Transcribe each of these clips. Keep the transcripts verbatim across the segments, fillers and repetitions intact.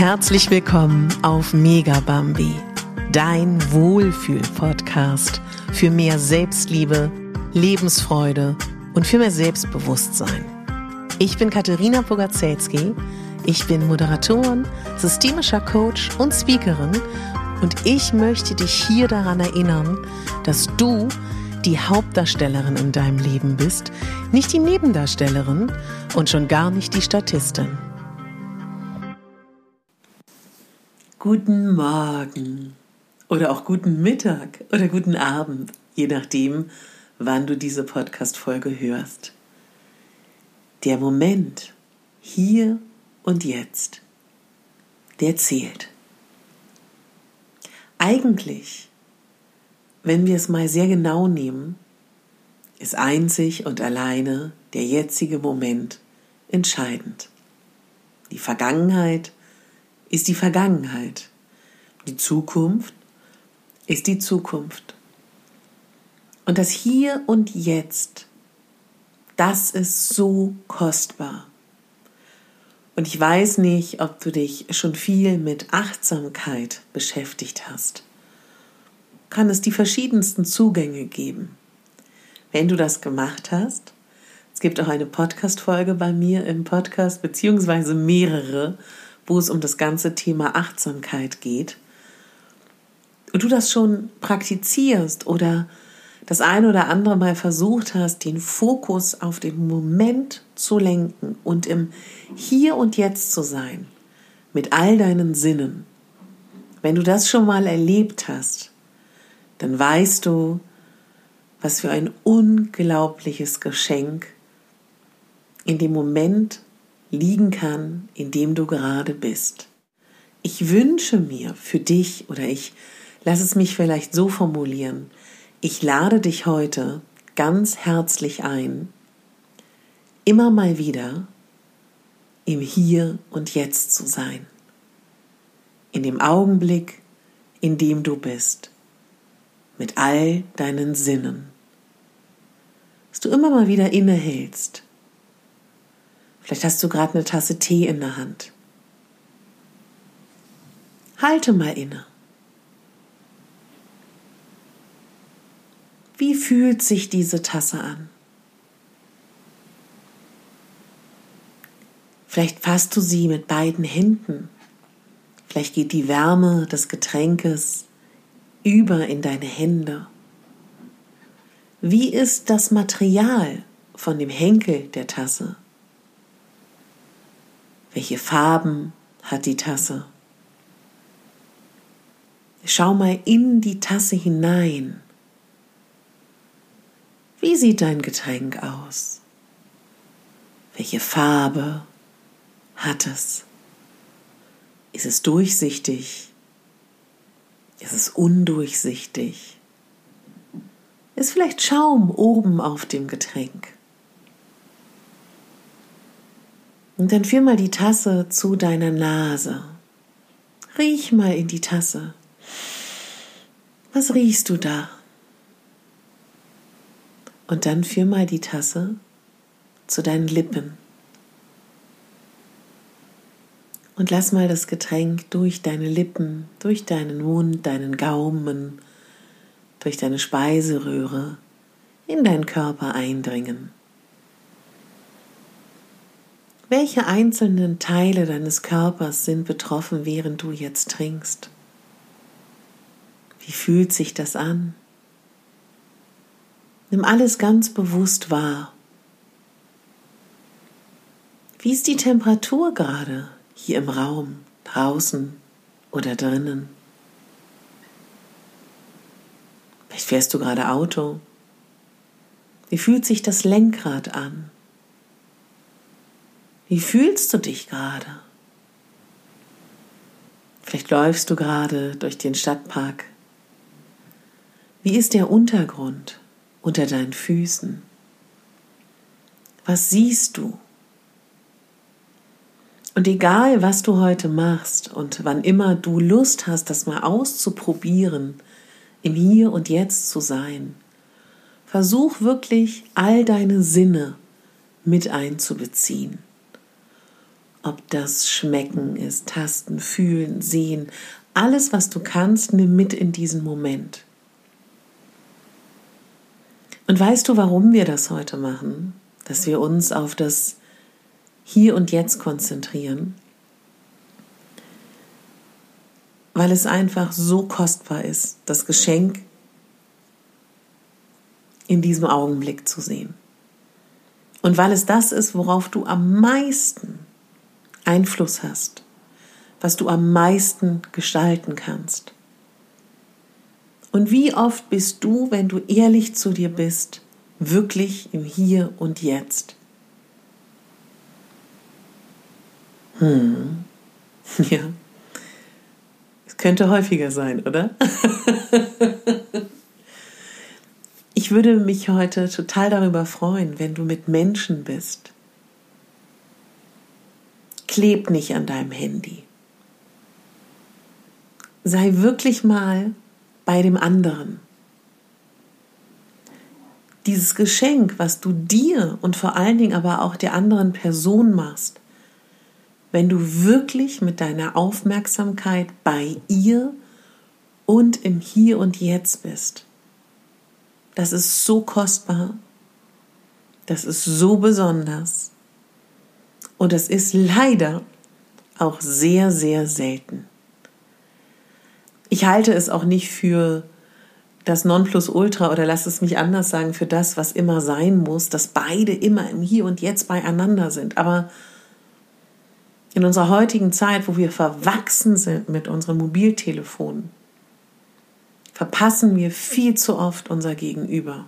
Herzlich willkommen auf Mega Bambi, dein Wohlfühl-Podcast für mehr Selbstliebe, Lebensfreude und für mehr Selbstbewusstsein. Ich bin Katharina Pogacelski, ich bin Moderatorin, systemischer Coach und Speakerin und ich möchte dich hier daran erinnern, dass du die Hauptdarstellerin in deinem Leben bist, nicht die Nebendarstellerin und schon gar nicht die Statistin. Guten Morgen oder auch guten Mittag oder guten Abend, je nachdem, wann du diese Podcast-Folge hörst. Der Moment, hier und jetzt, der zählt. Eigentlich, wenn wir es mal sehr genau nehmen, ist einzig und alleine der jetzige Moment entscheidend. Die Vergangenheit ist die Vergangenheit. Die Zukunft ist die Zukunft. Und das Hier und Jetzt, das ist so kostbar. Und ich weiß nicht, ob du dich schon viel mit Achtsamkeit beschäftigt hast. Kann es die verschiedensten Zugänge geben. Wenn du das gemacht hast, es gibt auch eine Podcast-Folge bei mir im Podcast, beziehungsweise mehrere, wo es um das ganze Thema Achtsamkeit geht, und du das schon praktizierst oder das ein oder andere Mal versucht hast, den Fokus auf den Moment zu lenken und im Hier und Jetzt zu sein, mit all deinen Sinnen. Wenn du das schon mal erlebt hast, dann weißt du, was für ein unglaubliches Geschenk in dem Moment liegen kann, in dem du gerade bist. Ich wünsche mir für dich, oder ich lass es mich vielleicht so formulieren, ich lade dich heute ganz herzlich ein, immer mal wieder im Hier und Jetzt zu sein. In dem Augenblick, in dem du bist. Mit all deinen Sinnen. Dass du immer mal wieder innehältst. Vielleicht hast du gerade eine Tasse Tee in der Hand. Halte mal inne. Wie fühlt sich diese Tasse an? Vielleicht fasst du sie mit beiden Händen. Vielleicht geht die Wärme des Getränkes über in deine Hände. Wie ist das Material von dem Henkel der Tasse? Welche Farben hat die Tasse? Schau mal in die Tasse hinein. Wie sieht dein Getränk aus? Welche Farbe hat es? Ist es durchsichtig? Ist es undurchsichtig? Ist vielleicht Schaum oben auf dem Getränk? Und dann führ mal die Tasse zu deiner Nase. Riech mal in die Tasse. Was riechst du da? Und dann führ mal die Tasse zu deinen Lippen. Und lass mal das Getränk durch deine Lippen, durch deinen Mund, deinen Gaumen, durch deine Speiseröhre in deinen Körper eindringen. Welche einzelnen Teile deines Körpers sind betroffen, während du jetzt trinkst? Wie fühlt sich das an? Nimm alles ganz bewusst wahr. Wie ist die Temperatur gerade hier im Raum, draußen oder drinnen? Vielleicht fährst du gerade Auto. Wie fühlt sich das Lenkrad an? Wie fühlst du dich gerade? Vielleicht läufst du gerade durch den Stadtpark. Wie ist der Untergrund unter deinen Füßen? Was siehst du? Und egal, was du heute machst und wann immer du Lust hast, das mal auszuprobieren, im Hier und Jetzt zu sein, versuch wirklich all deine Sinne mit einzubeziehen. Ob das Schmecken ist, Tasten, Fühlen, Sehen, alles, was du kannst, nimm mit in diesen Moment. Und weißt du, warum wir das heute machen? Dass wir uns auf das Hier und Jetzt konzentrieren? Weil es einfach so kostbar ist, das Geschenk in diesem Augenblick zu sehen. Und weil es das ist, worauf du am meisten Einfluss hast, was du am meisten gestalten kannst. Und wie oft bist du, wenn du ehrlich zu dir bist, wirklich im Hier und Jetzt? Hm. Ja. Es könnte häufiger sein, oder? Ich würde mich heute total darüber freuen, wenn du mit Menschen bist. Kleb nicht an deinem Handy. Sei wirklich mal bei dem anderen. Dieses Geschenk, was du dir und vor allen Dingen aber auch der anderen Person machst, wenn du wirklich mit deiner Aufmerksamkeit bei ihr und im Hier und Jetzt bist. Das ist so kostbar, das ist so besonders und das ist leider auch sehr, sehr selten. Ich halte es auch nicht für das Nonplusultra oder lass es mich anders sagen, für das, was immer sein muss, dass beide immer im Hier und Jetzt beieinander sind. Aber in unserer heutigen Zeit, wo wir verwachsen sind mit unseren Mobiltelefonen, verpassen wir viel zu oft unser Gegenüber.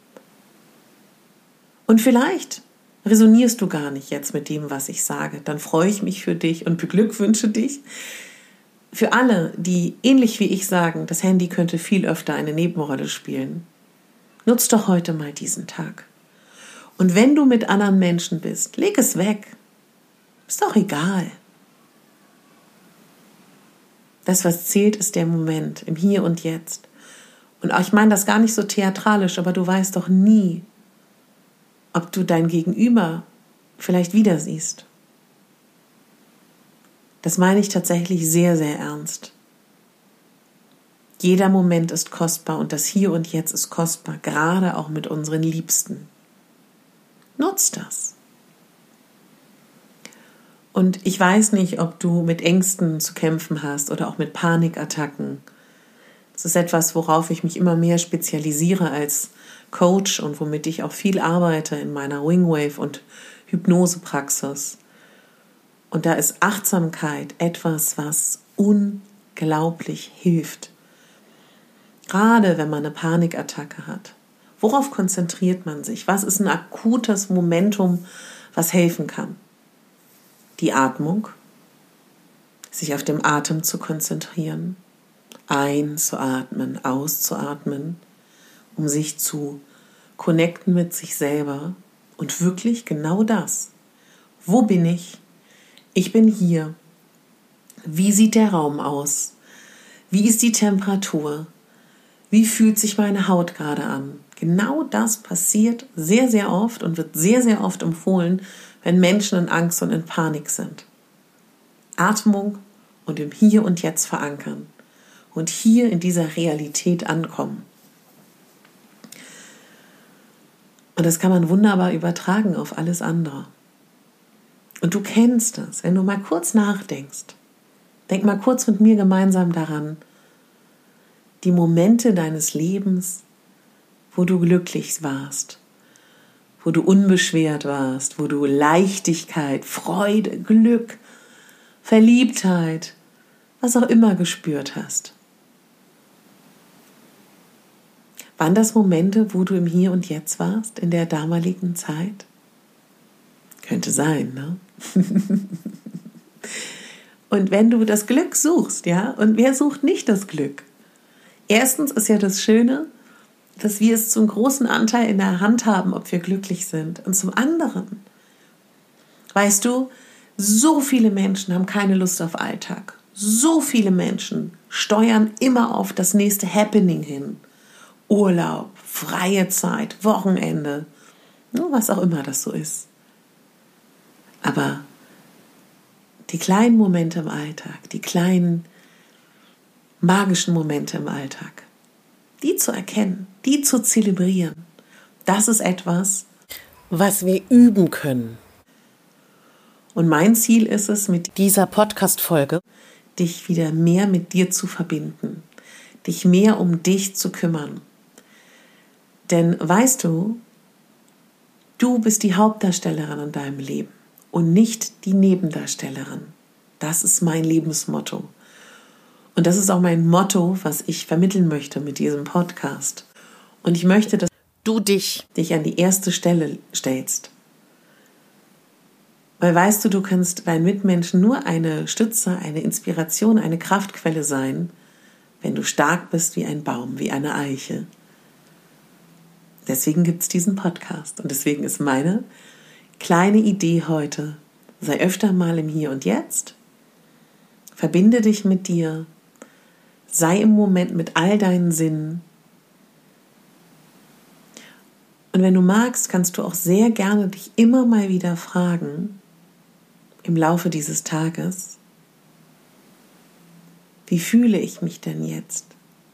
Und vielleicht resonierst du gar nicht jetzt mit dem, was ich sage. Dann freue ich mich für dich und beglückwünsche dich. Für alle, die ähnlich wie ich sagen, das Handy könnte viel öfter eine Nebenrolle spielen, nutz doch heute mal diesen Tag. Und wenn du mit anderen Menschen bist, leg es weg. Ist doch egal. Das, was zählt, ist der Moment, im Hier und Jetzt. Und auch, ich meine das gar nicht so theatralisch, aber du weißt doch nie, ob du dein Gegenüber vielleicht wieder siehst. Das meine ich tatsächlich sehr, sehr ernst. Jeder Moment ist kostbar und das Hier und Jetzt ist kostbar, gerade auch mit unseren Liebsten. Nutz das. Und ich weiß nicht, ob du mit Ängsten zu kämpfen hast oder auch mit Panikattacken. Das ist etwas, worauf ich mich immer mehr spezialisiere als Coach und womit ich auch viel arbeite in meiner Wingwave- und Hypnosepraxis. Und da ist Achtsamkeit etwas, was unglaublich hilft. Gerade wenn man eine Panikattacke hat. Worauf konzentriert man sich? Was ist ein akutes Momentum, was helfen kann? Die Atmung, sich auf den Atem zu konzentrieren, einzuatmen, auszuatmen, um sich zu connecten mit sich selber und wirklich genau das. Wo bin ich? Ich bin hier. Wie sieht der Raum aus? Wie ist die Temperatur? Wie fühlt sich meine Haut gerade an? Genau das passiert sehr, sehr oft und wird sehr, sehr oft empfohlen, wenn Menschen in Angst und in Panik sind. Atmung und im Hier und Jetzt verankern und hier in dieser Realität ankommen. Und das kann man wunderbar übertragen auf alles andere. Und du kennst das, wenn du mal kurz nachdenkst. Denk mal kurz mit mir gemeinsam daran, die Momente deines Lebens, wo du glücklich warst, wo du unbeschwert warst, wo du Leichtigkeit, Freude, Glück, Verliebtheit, was auch immer gespürt hast. Waren das Momente, wo du im Hier und Jetzt warst, in der damaligen Zeit? Könnte sein, ne? Und wenn du das Glück suchst, ja, und wer sucht nicht das Glück? Erstens ist ja das Schöne, dass wir es zum großen Anteil in der Hand haben, ob wir glücklich sind. Und zum anderen, weißt du, so viele Menschen haben keine Lust auf Alltag. So viele Menschen steuern immer auf das nächste Happening hin. Urlaub, freie Zeit, Wochenende, was auch immer das so ist. Aber die kleinen Momente im Alltag, die kleinen magischen Momente im Alltag, die zu erkennen, die zu zelebrieren, das ist etwas, was wir üben können. Und mein Ziel ist es, mit dieser Podcast-Folge dich wieder mehr mit dir zu verbinden, dich mehr um dich zu kümmern. Denn weißt du, du bist die Hauptdarstellerin in deinem Leben und nicht die Nebendarstellerin. Das ist mein Lebensmotto. Und das ist auch mein Motto, was ich vermitteln möchte mit diesem Podcast. Und ich möchte, dass du dich, dich an die erste Stelle stellst. Weil weißt du, du kannst deinen Mitmenschen nur eine Stütze, eine Inspiration, eine Kraftquelle sein, wenn du stark bist wie ein Baum, wie eine Eiche. Deswegen gibt es diesen Podcast. Und deswegen ist meine kleine Idee heute, sei öfter mal im Hier und Jetzt, verbinde dich mit dir, sei im Moment mit all deinen Sinnen. Und wenn du magst, kannst du auch sehr gerne dich immer mal wieder fragen, im Laufe dieses Tages, wie fühle ich mich denn jetzt?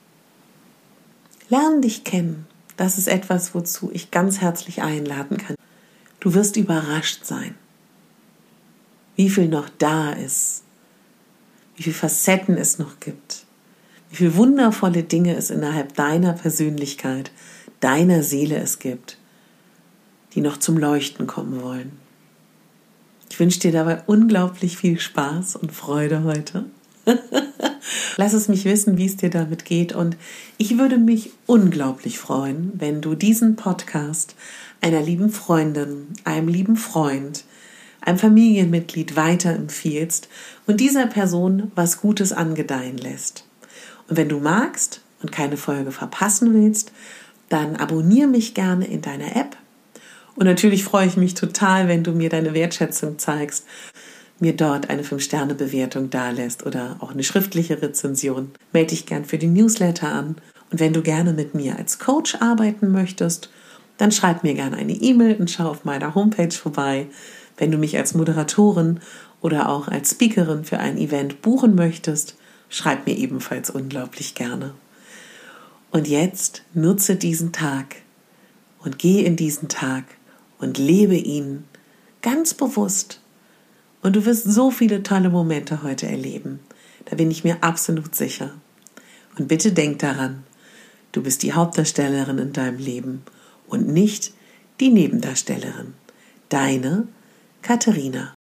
Lern dich kennen. Das ist etwas, wozu ich ganz herzlich einladen kann. Du wirst überrascht sein, wie viel noch da ist, wie viele Facetten es noch gibt, wie viele wundervolle Dinge es innerhalb deiner Persönlichkeit, deiner Seele es gibt, die noch zum Leuchten kommen wollen. Ich wünsche dir dabei unglaublich viel Spaß und Freude heute. Lass es mich wissen, wie es dir damit geht. Und ich würde mich unglaublich freuen, wenn du diesen Podcast einer lieben Freundin, einem lieben Freund, einem Familienmitglied weiterempfiehlst und dieser Person was Gutes angedeihen lässt. Und wenn du magst und keine Folge verpassen willst, dann abonniere mich gerne in deiner App. Und natürlich freue ich mich total, wenn du mir deine Wertschätzung zeigst, mir dort eine fünf Sterne Bewertung dalässt oder auch eine schriftliche Rezension. Melde dich gern für den Newsletter an. Und wenn du gerne mit mir als Coach arbeiten möchtest, dann schreib mir gerne eine E-Mail und schau auf meiner Homepage vorbei. Wenn du mich als Moderatorin oder auch als Speakerin für ein Event buchen möchtest, schreib mir ebenfalls unglaublich gerne. Und jetzt nutze diesen Tag und geh in diesen Tag und lebe ihn ganz bewusst. Und du wirst so viele tolle Momente heute erleben. Da bin ich mir absolut sicher. Und bitte denk daran, du bist die Hauptdarstellerin in deinem Leben und nicht die Nebendarstellerin. Deine Katharina.